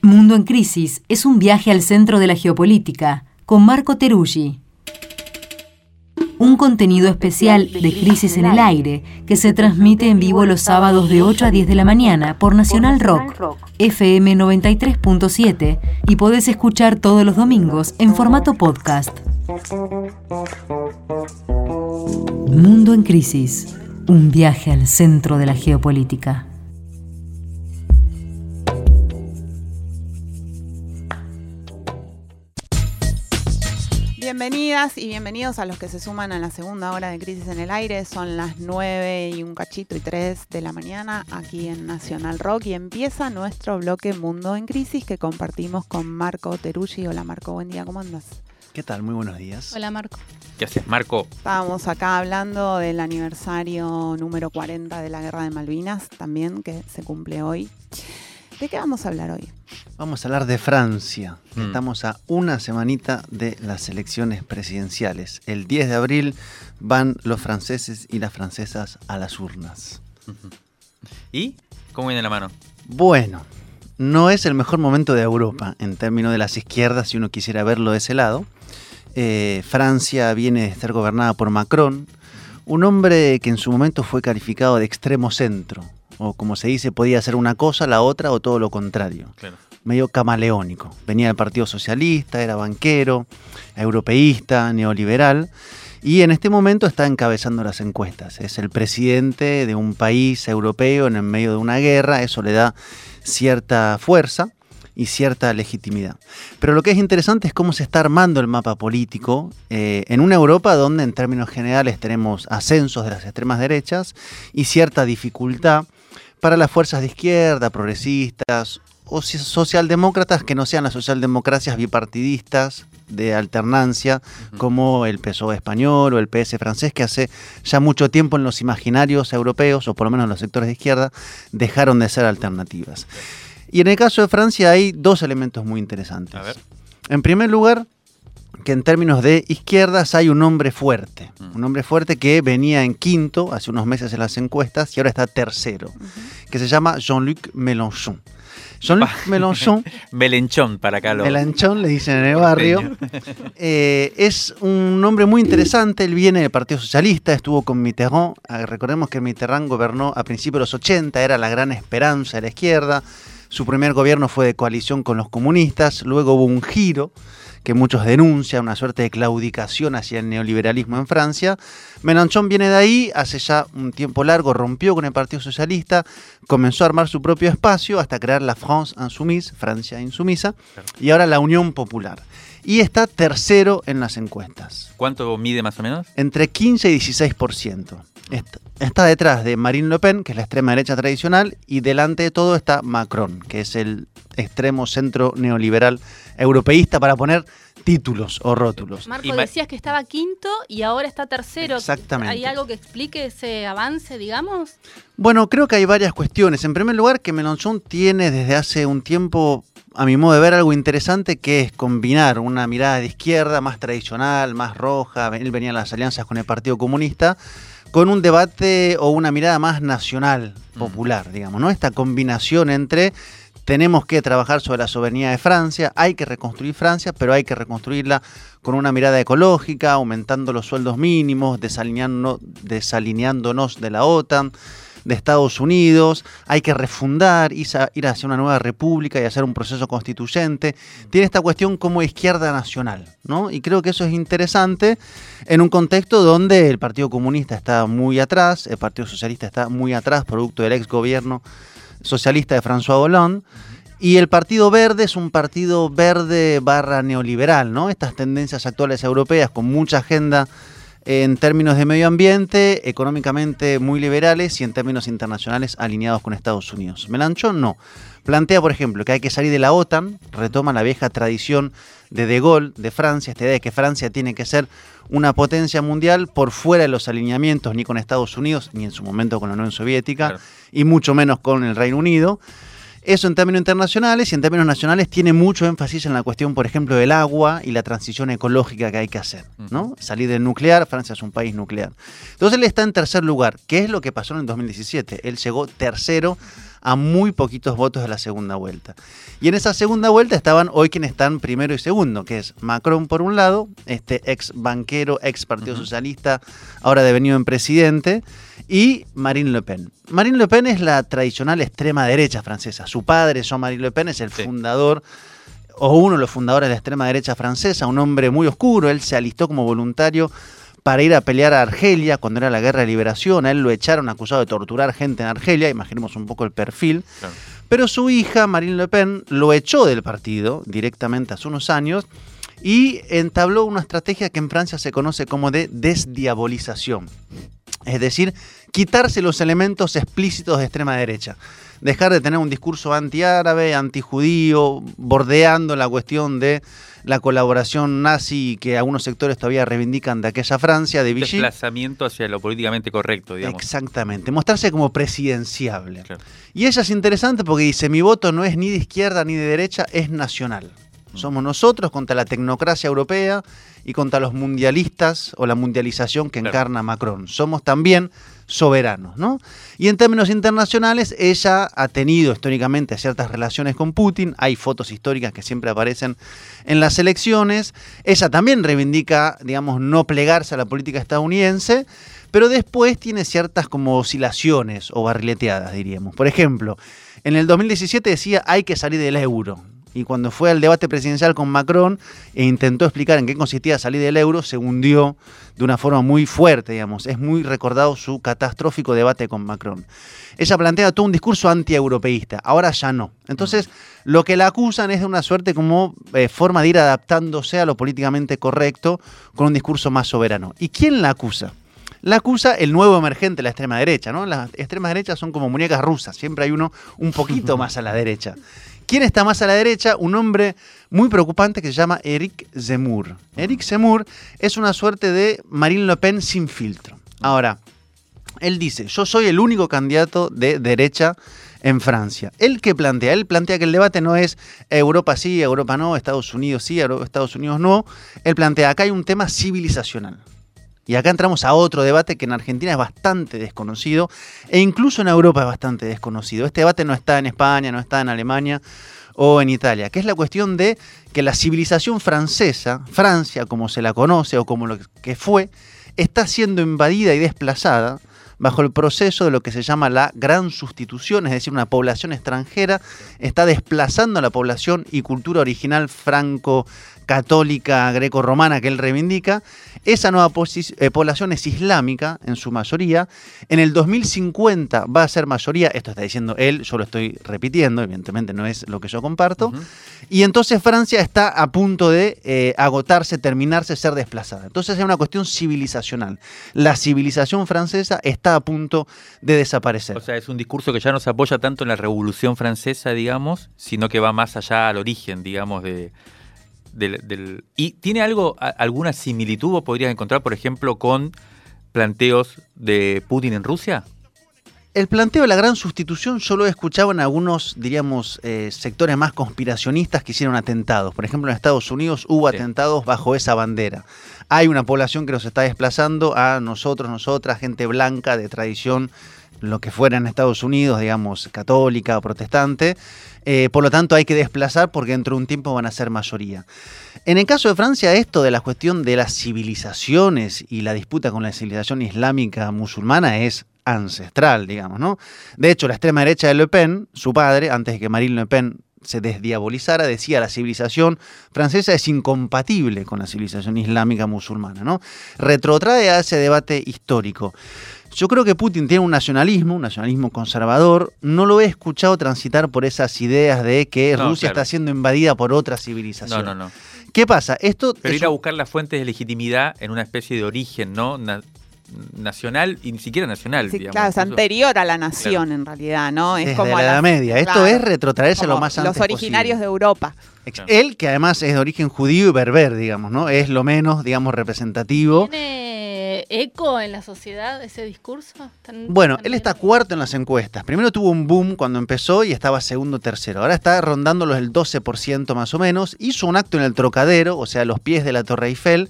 Mundo en Crisis es un viaje al centro de la geopolítica con Marco Teruggi. Un contenido especial de Crisis en el Aire que se transmite en vivo los sábados de 8 a 10 de la mañana por Nacional Rock, FM 93.7 y podés escuchar todos los domingos en formato podcast. Mundo en Crisis, un viaje al centro de la geopolítica. Bienvenidas y bienvenidos a los que se suman a la segunda hora de Crisis en el Aire. Son las 9 y un cachito y 3 de la mañana aquí en Nacional Rock y empieza nuestro bloque Mundo en Crisis que compartimos con Marco Teruggi. Hola Marco, buen día, ¿cómo andas? ¿Qué tal? Muy buenos días. Hola Marco. ¿Qué haces, Marco? Estábamos acá hablando del aniversario número 40 de la Guerra de Malvinas, también que se cumple hoy. ¿De qué vamos a hablar hoy? Vamos a hablar de Francia. Estamos a una semanita de las elecciones presidenciales. El 10 de abril van los franceses y las francesas a las urnas. ¿Y cómo viene la mano? Bueno, no es el mejor momento de Europa en términos de las izquierdas, si uno quisiera verlo de ese lado. Francia viene de estar gobernada por Macron, un hombre que en su momento fue calificado de extremo centro. O como se dice, podía hacer una cosa, la otra o todo lo contrario. Claro. Medio camaleónico. Venía del Partido Socialista, era banquero, europeísta, neoliberal. Y en este momento está encabezando las encuestas. Es el presidente de un país europeo en el medio de una guerra. Eso le da cierta fuerza y cierta legitimidad. Pero lo que es interesante es cómo se está armando el mapa político en una Europa donde en términos generales tenemos ascensos de las extremas derechas y cierta dificultad para las fuerzas de izquierda, progresistas o socialdemócratas que no sean las socialdemocracias bipartidistas de alternancia como el PSOE español o el PS francés, que hace ya mucho tiempo en los imaginarios europeos, o por lo menos en los sectores de izquierda, dejaron de ser alternativas. Y en el caso de Francia hay dos elementos muy interesantes. A ver. En primer lugar, que en términos de izquierdas hay un hombre fuerte. Un hombre fuerte que venía en quinto hace unos meses en las encuestas y ahora está tercero, que se llama Jean-Luc Mélenchon. Jean-Luc Mélenchon, Melenchón para acá. Mélenchon le dicen en el barrio, es un hombre muy interesante. Él viene del Partido Socialista, estuvo con Mitterrand. Recordemos que Mitterrand gobernó a principios de los 80, era la gran esperanza de la izquierda. Su primer gobierno fue de coalición con los comunistas, luego hubo un giro que muchos denuncian, una suerte de claudicación hacia el neoliberalismo en Francia. Mélenchon viene de ahí, hace ya un tiempo largo rompió con el Partido Socialista, comenzó a armar su propio espacio hasta crear la France Insoumise, Francia Insumisa, y ahora la Unión Popular. Y está tercero en las encuestas. ¿Cuánto mide más o menos? Entre 15 y 16%. Está detrás de Marine Le Pen, que es la extrema derecha tradicional, y delante de todo está Macron, que es el extremo centro neoliberal europeísta, para poner títulos o rótulos. Marco, decías que estaba quinto y ahora está tercero. Exactamente. ¿Hay algo que explique ese avance, digamos? Bueno, creo que hay varias cuestiones. En primer lugar, que Mélenchon tiene desde hace un tiempo, a mi modo de ver, algo interesante, que es combinar una mirada de izquierda más tradicional, más roja. Él venía a las alianzas con el Partido Comunista, con un debate o una mirada más nacional, popular, digamos, ¿no? Esta combinación entre tenemos que trabajar sobre la soberanía de Francia, hay que reconstruir Francia, pero hay que reconstruirla con una mirada ecológica, aumentando los sueldos mínimos, desalineándonos de la OTAN, de Estados Unidos, hay que refundar, ir hacia una nueva república y hacer un proceso constituyente. Tiene esta cuestión como izquierda nacional, ¿no? Y creo que eso es interesante en un contexto donde el Partido Comunista está muy atrás, el Partido Socialista está muy atrás, producto del ex gobierno socialista de François Hollande, y el Partido Verde es un partido verde / neoliberal, ¿no? Estas tendencias actuales europeas con mucha agenda en términos de medio ambiente, económicamente muy liberales y en términos internacionales alineados con Estados Unidos. Mélenchon no. Plantea, por ejemplo, que hay que salir de la OTAN, retoma la vieja tradición de Gaulle, de Francia, esta idea de que Francia tiene que ser una potencia mundial por fuera de los alineamientos ni con Estados Unidos, ni en su momento con la Unión Soviética, claro, y mucho menos con el Reino Unido. Eso en términos internacionales, y en términos nacionales tiene mucho énfasis en la cuestión, por ejemplo, del agua y la transición ecológica que hay que hacer, ¿no? Salir del nuclear, Francia es un país nuclear. Entonces él está en tercer lugar. ¿Qué es lo que pasó en el 2017? Él llegó tercero a muy poquitos votos de la segunda vuelta. Y en esa segunda vuelta estaban hoy quienes están primero y segundo, que es Macron por un lado, este ex banquero, ex Partido Socialista, ahora devenido en presidente, y Marine Le Pen. Marine Le Pen es la tradicional extrema derecha francesa. Su padre, Jean-Marie Le Pen, es el fundador, o uno de los fundadores de la extrema derecha francesa, un hombre muy oscuro. Él se alistó como voluntario para ir a pelear a Argelia cuando era la Guerra de Liberación. A él lo echaron acusado de torturar gente en Argelia, imaginemos un poco el perfil. Claro. Pero su hija, Marine Le Pen, lo echó del partido directamente hace unos años y entabló una estrategia que en Francia se conoce como de desdiabolización. Es decir, quitarse los elementos explícitos de extrema derecha. Dejar de tener un discurso antiárabe, antijudío, bordeando la cuestión de la colaboración nazi que algunos sectores todavía reivindican de aquella Francia, de Vichy. Desplazamiento hacia lo políticamente correcto, digamos. Exactamente, mostrarse como presidenciable. Claro. Y ella es interesante porque dice, mi voto no es ni de izquierda ni de derecha, es nacional. Somos nosotros contra la tecnocracia europea y contra los mundialistas o la mundialización que encarna Macron. Somos también soberanos, ¿no? Y en términos internacionales, ella ha tenido históricamente ciertas relaciones con Putin. Hay fotos históricas que siempre aparecen en las elecciones. Ella también reivindica, digamos, no plegarse a la política estadounidense, pero después tiene ciertas como oscilaciones o barrileteadas, diríamos. Por ejemplo, en el 2017 decía hay que salir del euro. Y cuando fue al debate presidencial con Macron e intentó explicar en qué consistía salir del euro, se hundió de una forma muy fuerte, digamos. Es muy recordado su catastrófico debate con Macron. Ella plantea todo un discurso antieuropeísta, ahora ya no. Entonces, lo que la acusan es de una suerte como forma de ir adaptándose a lo políticamente correcto con un discurso más soberano. ¿Y quién la acusa? La acusa el nuevo emergente, la extrema derecha, ¿no? Las extremas derechas son como muñecas rusas, siempre hay uno un poquito más a la derecha. ¿Quién está más a la derecha? Un hombre muy preocupante que se llama Éric Zemmour. Éric Zemmour es una suerte de Marine Le Pen sin filtro. Ahora, él dice, yo soy el único candidato de derecha en Francia. ¿Él qué plantea? Él plantea que el debate no es Europa sí, Europa no, Estados Unidos sí, Estados Unidos no. Él plantea, acá hay un tema civilizacional. Y acá entramos a otro debate que en Argentina es bastante desconocido e incluso en Europa es bastante desconocido. Este debate no está en España, no está en Alemania o en Italia, que es la cuestión de que la civilización francesa, Francia como se la conoce o como lo que fue, está siendo invadida y desplazada bajo el proceso de lo que se llama la gran sustitución, es decir, una población extranjera está desplazando a la población y cultura original franco-católica, greco-romana que él reivindica. Esa nueva población es islámica en su mayoría. En el 2050 va a ser mayoría, esto está diciendo él, yo lo estoy repitiendo, evidentemente no es lo que yo comparto. Y entonces Francia está a punto de agotarse, terminarse, ser desplazada. Entonces es una cuestión civilizacional. La civilización francesa está a punto de desaparecer. O sea, es un discurso que ya no se apoya tanto en la Revolución Francesa, digamos, sino que va más allá al origen, digamos, ¿Y tiene alguna similitud vos podrías encontrar, por ejemplo, con planteos de Putin en Rusia? El planteo de la gran sustitución yo lo he escuchado en algunos, diríamos, sectores más conspiracionistas que hicieron atentados. Por ejemplo, en Estados Unidos hubo atentados bajo esa bandera. Hay una población que nos está desplazando a nosotros, nosotras, gente blanca de tradición, lo que fuera en Estados Unidos, digamos, católica o protestante. Por lo tanto, hay que desplazar porque dentro de un tiempo van a ser mayoría. En el caso de Francia, esto de la cuestión de las civilizaciones y la disputa con la civilización islámica musulmana es ancestral, digamos, ¿no? De hecho, la extrema derecha de Le Pen, su padre, antes de que Marine Le Pen se desdiabolizara, decía la civilización francesa es incompatible con la civilización islámica musulmana, ¿no? Retrotrae a ese debate histórico. Yo creo que Putin tiene un nacionalismo conservador. No lo he escuchado transitar por esas ideas de que Rusia está siendo invadida por otra civilización. No. ¿Qué pasa? Pero ir a buscar las fuentes de legitimidad en una especie de origen, ¿no? Nacional y ni siquiera nacional, sí, digamos. Claro, es anterior a la nación, en realidad, ¿no? Es desde como la Edad Media. Esto es retrotraerse lo más antes los originarios posible. de Europa. Él, que además es de origen judío y berber, digamos, ¿no? Es lo menos, digamos, representativo. ¿Tiene eco en la sociedad ese discurso? Bueno, él está cuarto en las encuestas. Primero tuvo un boom cuando empezó y estaba segundo, tercero. Ahora está rondando los del 12% más o menos. Hizo un acto en el Trocadero, o sea, a los pies de la Torre Eiffel,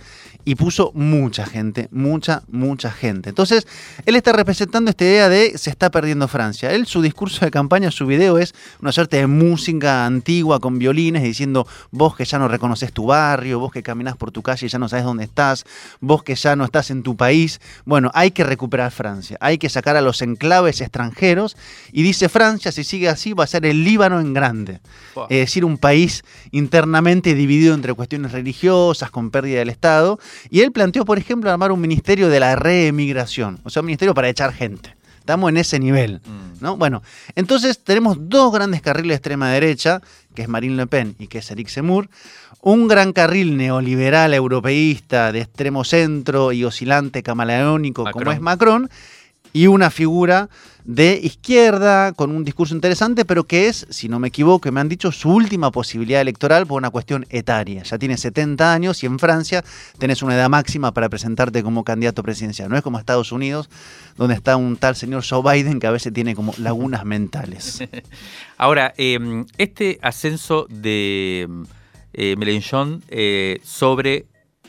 y puso mucha gente, mucha gente. Entonces, él está representando esta idea de se está perdiendo Francia. Él, su discurso de campaña, su video es una suerte de música antigua con violines diciendo vos que ya no reconoces tu barrio, vos que caminás por tu calle y ya no sabes dónde estás, vos que ya no estás en tu país. Bueno, hay que recuperar Francia, hay que sacar a los enclaves extranjeros y dice Francia, si sigue así, va a ser el Líbano en grande. Wow. Es decir, un país internamente dividido entre cuestiones religiosas, con pérdida del Estado. Y él planteó, por ejemplo, armar un ministerio de la reemigración, o sea, un ministerio para echar gente. Estamos en ese nivel, ¿no? Bueno, entonces tenemos dos grandes carriles de extrema derecha, que es Marine Le Pen y que es Eric Zemmour, un gran carril neoliberal europeísta de extremo centro y oscilante camaleónico como es Macron, y una figura de izquierda con un discurso interesante, pero que es, si no me equivoco, me han dicho, su última posibilidad electoral por una cuestión etaria. Ya tiene 70 años y en Francia tenés una edad máxima para presentarte como candidato presidencial. No es como Estados Unidos, donde está un tal señor Joe Biden que a veces tiene como lagunas mentales. Ahora, este ascenso de Mélenchon sobre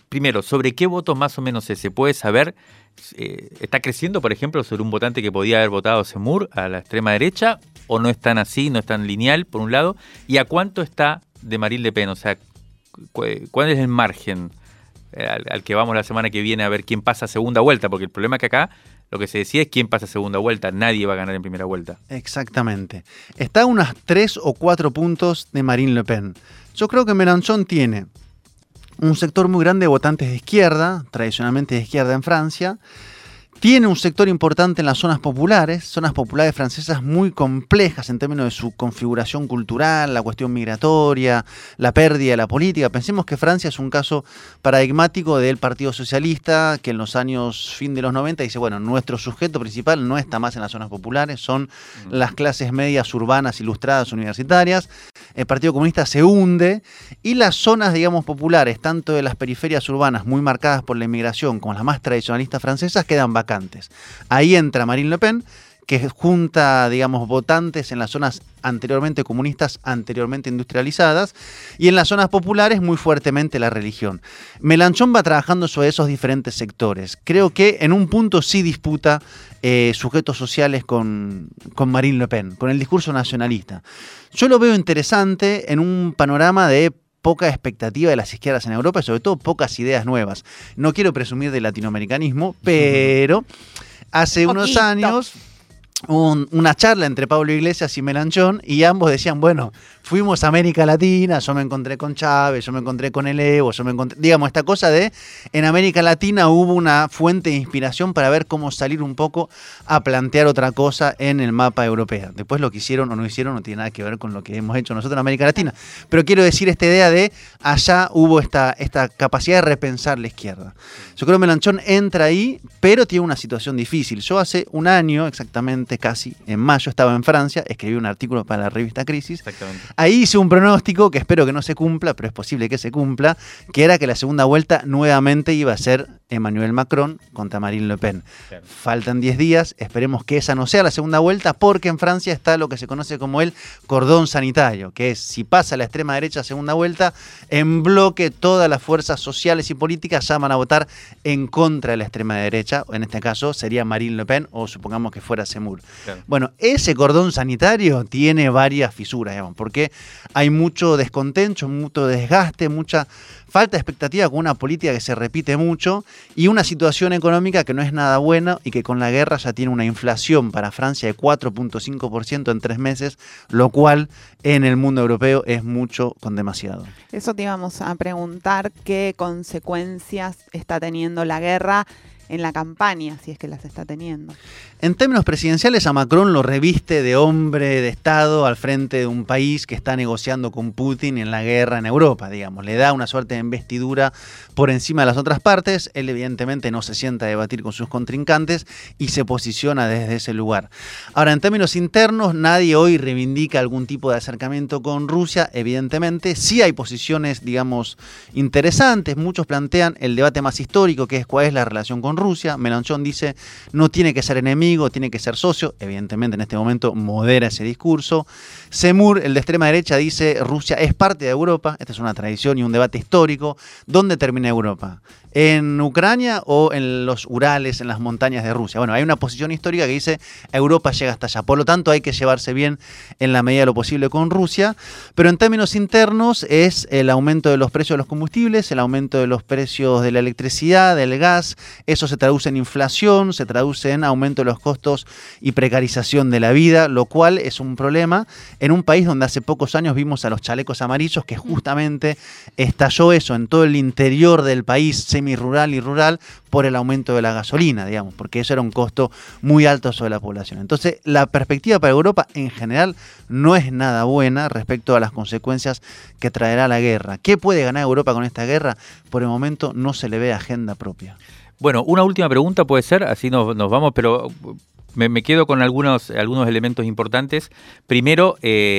qué votos más o menos se puede saber. ¿Está creciendo, por ejemplo, sobre un votante que podía haber votado Zemmour a la extrema derecha? ¿O no es tan así, no es tan lineal, por un lado? ¿Y a cuánto está de Marine Le Pen? O sea, ¿cuál es el margen al que vamos la semana que viene a ver quién pasa a segunda vuelta? Porque el problema es que acá lo que se decía es quién pasa a segunda vuelta. Nadie va a ganar en primera vuelta. Exactamente. Está a unas 3 o 4 puntos de Marine Le Pen. Yo creo que Mélenchon tiene un sector muy grande de votantes de izquierda, tradicionalmente de izquierda en Francia. Tiene un sector importante en las zonas populares francesas muy complejas en términos de su configuración cultural, la cuestión migratoria, la pérdida de la política. Pensemos que Francia es un caso paradigmático del Partido Socialista, que en los años fin de los 90 dice, bueno, nuestro sujeto principal no está más en las zonas populares, son las clases medias urbanas, ilustradas, universitarias. El Partido Comunista se hunde y las zonas, digamos, populares, tanto de las periferias urbanas muy marcadas por la inmigración como las más tradicionalistas francesas, quedan vacantes. Ahí entra Marine Le Pen, que junta, digamos, votantes en las zonas anteriormente comunistas, anteriormente industrializadas, y en las zonas populares muy fuertemente la religión. Mélenchon va trabajando sobre esos diferentes sectores. Creo que en un punto sí disputa sujetos sociales con Marine Le Pen, con el discurso nacionalista. Yo lo veo interesante en un panorama de poca expectativa de las izquierdas en Europa y sobre todo pocas ideas nuevas. No quiero presumir de latinoamericanismo, pero hace unos años una charla entre Pablo Iglesias y Mélenchon y ambos decían, bueno, fuimos a América Latina, yo me encontré con Chávez, yo me encontré con el Evo, yo me encontré, digamos, esta cosa de en América Latina hubo una fuente de inspiración para ver cómo salir un poco a plantear otra cosa en el mapa europeo. Después lo que hicieron o no hicieron no tiene nada que ver con lo que hemos hecho nosotros en América Latina. Pero quiero decir esta idea de allá hubo esta capacidad de repensar la izquierda. Yo creo que Mélenchon entra ahí, pero tiene una situación difícil. Yo hace un año, exactamente casi, en mayo, estaba en Francia, escribí un artículo para la revista Crisis. Exactamente. Ahí hice un pronóstico que espero que no se cumpla, pero es posible que se cumpla, que era que la segunda vuelta nuevamente iba a ser Emmanuel Macron contra Marine Le Pen. Claro. Faltan 10 días, esperemos que esa no sea la segunda vuelta, porque en Francia está lo que se conoce como el cordón sanitario, que es si pasa la extrema derecha a segunda vuelta, en bloque todas las fuerzas sociales y políticas llaman a votar en contra de la extrema derecha, en este caso sería Marine Le Pen o supongamos que fuera Zemmour. Claro. Bueno, ese cordón sanitario tiene varias fisuras, digamos, porque hay mucho descontento, mucho desgaste, mucha falta de expectativa con una política que se repite mucho y una situación económica que no es nada buena y que con la guerra ya tiene una inflación para Francia de 4.5% en 3 meses, lo cual en el mundo europeo es mucho con demasiado. Eso te íbamos a preguntar, ¿qué consecuencias está teniendo la guerra en la campaña, si es que las está teniendo? En términos presidenciales, a Macron lo reviste de hombre de Estado al frente de un país que está negociando con Putin en la guerra en Europa, digamos. Le da una suerte de investidura por encima de las otras partes. Él evidentemente no se sienta a debatir con sus contrincantes y se posiciona desde ese lugar. Ahora, en términos internos, nadie hoy reivindica algún tipo de acercamiento con Rusia, evidentemente. Sí hay posiciones, digamos, interesantes. Muchos plantean el debate más histórico, que es cuál es la relación con con Rusia. Mélenchon dice no tiene que ser enemigo, tiene que ser socio. Evidentemente en este momento modera ese discurso. Zemmour, el de extrema derecha, dice Rusia es parte de Europa. Esta es una tradición y un debate histórico. ¿Dónde termina Europa? ¿En Ucrania o en los Urales, en las montañas de Rusia? Bueno, hay una posición histórica que dice Europa llega hasta allá. Por lo tanto, hay que llevarse bien en la medida de lo posible con Rusia. Pero en términos internos es el aumento de los precios de los combustibles, el aumento de los precios de la electricidad, del gas. Eso se traduce en inflación, se traduce en aumento de los costos y precarización de la vida, lo cual es un problema en un país donde hace pocos años vimos a los chalecos amarillos, que justamente estalló eso en todo el interior del país, semi-rural y rural, por el aumento de la gasolina, digamos, porque eso era un costo muy alto sobre la población. Entonces, la perspectiva para Europa en general no es nada buena respecto a las consecuencias que traerá la guerra. ¿Qué puede ganar Europa con esta guerra? Por el momento no se le ve agenda propia. Bueno, una última pregunta puede ser, así nos vamos, pero me quedo con algunos elementos importantes. Primero,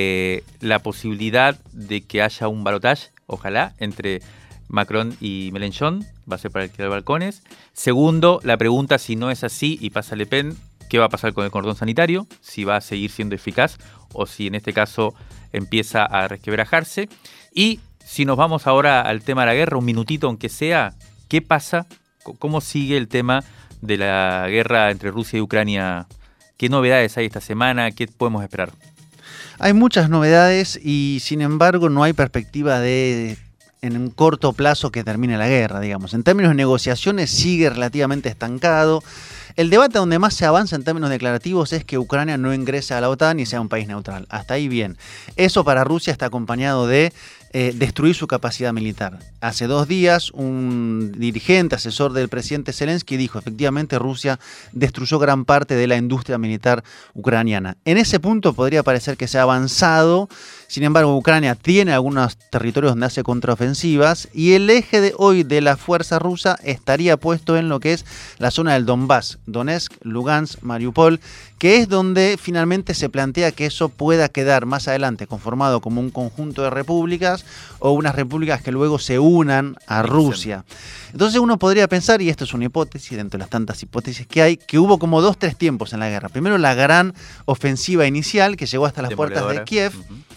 la posibilidad de que haya un balotaje, ojalá, entre Macron y Mélenchon, va a ser para alquilar balcones. Segundo, la pregunta, si no es así y pasa Le Pen, ¿qué va a pasar con el cordón sanitario? Si va a seguir siendo eficaz o si en este caso empieza a resquebrajarse. Y si nos vamos ahora al tema de la guerra, un minutito aunque sea, ¿qué pasa? ¿Cómo sigue el tema de la guerra entre Rusia y Ucrania? ¿Qué novedades hay esta semana? ¿Qué podemos esperar? Hay muchas novedades y sin embargo no hay perspectiva de en un corto plazo que termine la guerra, digamos. En términos de negociaciones sigue relativamente estancado. El debate donde más se avanza en términos declarativos es que Ucrania no ingrese a la OTAN y sea un país neutral. Hasta ahí bien. Eso para Rusia está acompañado de destruir su capacidad militar. Hace 2 días un dirigente, asesor del presidente Zelensky dijo efectivamente Rusia destruyó gran parte de la industria militar ucraniana. En ese punto podría parecer que se ha avanzado, sin embargo Ucrania tiene algunos territorios donde hace contraofensivas y el eje de hoy de la fuerza rusa estaría puesto en lo que es la zona del Donbass, Donetsk, Lugansk, Mariupol, que es donde finalmente se plantea que eso pueda quedar más adelante conformado como un conjunto de repúblicas o unas repúblicas que luego se unan a Rusia. Entonces uno podría pensar, y esto es una hipótesis, dentro de las tantas hipótesis que hay, que hubo como 2-3 tiempos en la guerra. Primero la gran ofensiva inicial que llegó hasta las puertas de Kiev.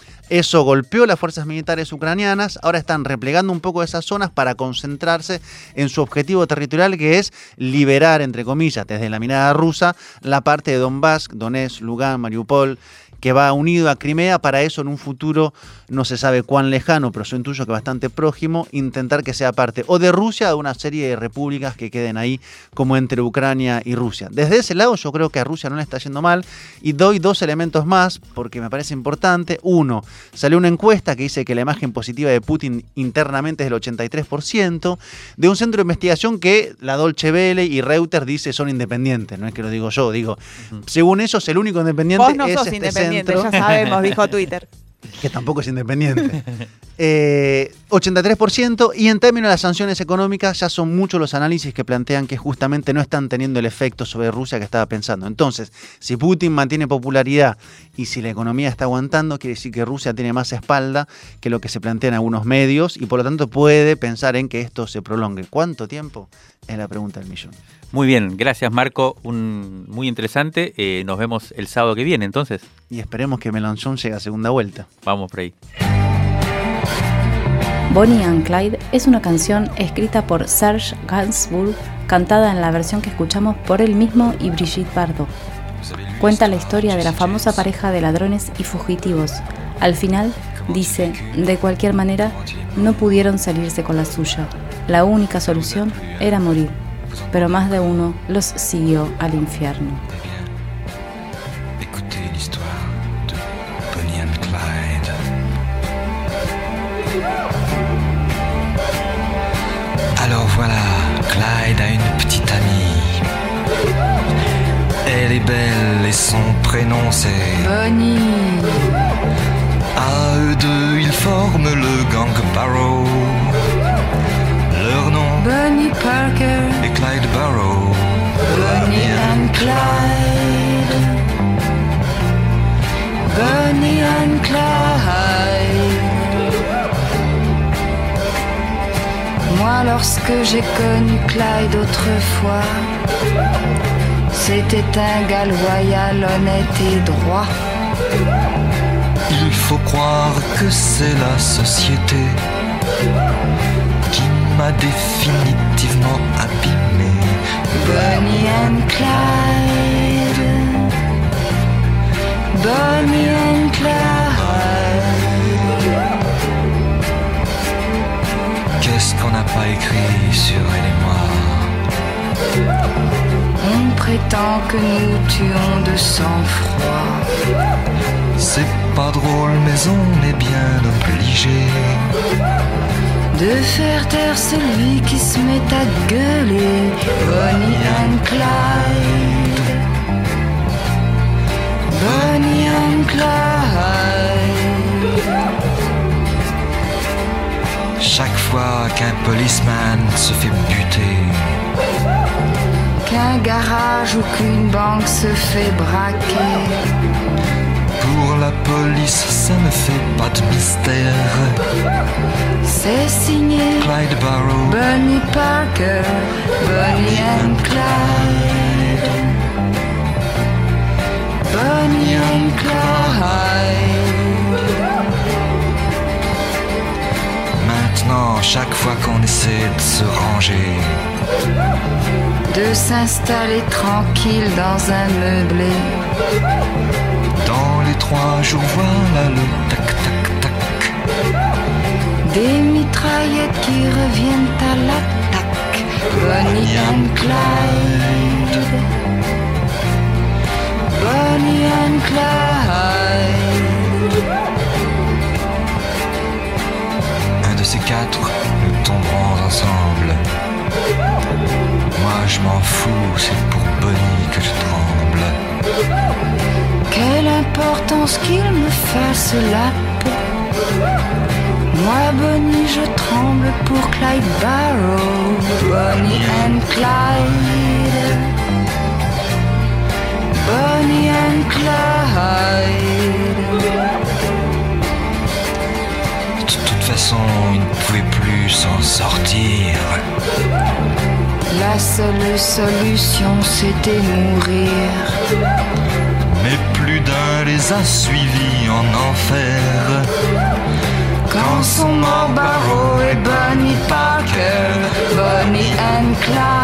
Eso golpeó las fuerzas militares ucranianas, ahora están replegando un poco esas zonas para concentrarse en su objetivo territorial, que es liberar, entre comillas, desde la mirada rusa, la parte de Donbass, Donetsk, Lugansk, Mariupol, que va unido a Crimea. Para eso en un futuro, no se sabe cuán lejano, pero yo intuyo que bastante próximo, intentar que sea parte o de Rusia o de una serie de repúblicas que queden ahí como entre Ucrania y Rusia. Desde ese lado yo creo que a Rusia no le está yendo mal y doy 2 elementos más porque me parece importante. Uno, salió una encuesta que dice que la imagen positiva de Putin internamente es del 83%, de un centro de investigación que la Deutsche Welle y Reuters dice son independientes, no es que lo digo yo, digo, según ellos el único independiente Vos no es sos este independiente, centro. ya sabemos, dijo Twitter. Que tampoco es independiente. 83%, y en términos de las sanciones económicas ya son muchos los análisis que plantean que justamente no están teniendo el efecto sobre Rusia que estaba pensando. Entonces, si Putin mantiene popularidad y si la economía está aguantando, quiere decir que Rusia tiene más espalda que lo que se plantea en algunos medios y por lo tanto puede pensar en que esto se prolongue. ¿Cuánto tiempo? Es la pregunta del millón. Muy bien, gracias Marco, muy interesante. Nos vemos el sábado que viene entonces. Y esperemos que Mélenchon llegue a segunda vuelta. Vamos por ahí. Bonnie and Clyde es una canción escrita por Serge Gainsbourg, cantada en la versión que escuchamos por él mismo y Brigitte Bardot. Cuenta la historia de la famosa pareja de ladrones y fugitivos. Al final, dice, de cualquier manera, no pudieron salirse con la suya. La única solución era morir, pero más de uno los siguió al infierno. Écoutez l'histoire de Bonnie and Clyde. Alors voilà, Clyde a une petite amie. Elle est belle et son prénom c'est Bonnie. À eux deux, ils forment le gang Barrow. Leur nom, Bonnie Parker. et Clyde Barrow. Bonnie and Clyde. Bonnie and Clyde. Moi leur Lorsque j'ai connu Clyde autrefois, c'était un gars loyal, honnête et droit. Il faut croire que c'est la société qui m'a définitivement abîmé. Bonnie and Clyde, Bonnie and Clyde. Qu'est-ce qu'on n'a pas écrit sur elle et moi? On prétend que nous tuons de sang-froid. C'est pas drôle mais on est bien obligé de faire taire celui qui se met à gueuler. Bonnie and Clyde, Bonnie and Clyde. Chaque fois qu'un policeman se fait buter, qu'un garage ou qu'une banque se fait braquer, pour la police ça ne fait pas de mystère. C'est signé Clyde Barrow, Bonnie Parker, Bonnie and Clyde, Bonnie and Clyde. Maintenant, chaque fois qu'on essaie de se ranger, de s'installer tranquille dans un meublé, dans les 3 jours, voilà le tac-tac-tac, des mitraillettes qui reviennent à l'attaque. Bonnie and Clyde, Bonnie and Clyde. Un de ces 4, nous tomberons ensemble. Moi je m'en fous, c'est pour Bonnie que je tremble. Quelle importance qu'il me fasse la peau. Moi Bonnie je tremble pour Clyde Barrow. Bonnie and Clyde, Bonnie and Clyde. De toute façon, il ne pouvait plus s'en sortir. La seule solution c'était mourir. Mais plus d'un les a suivis en enfer. Quand sont morts Barrow et Bonnie Parker, Bonnie and Clyde.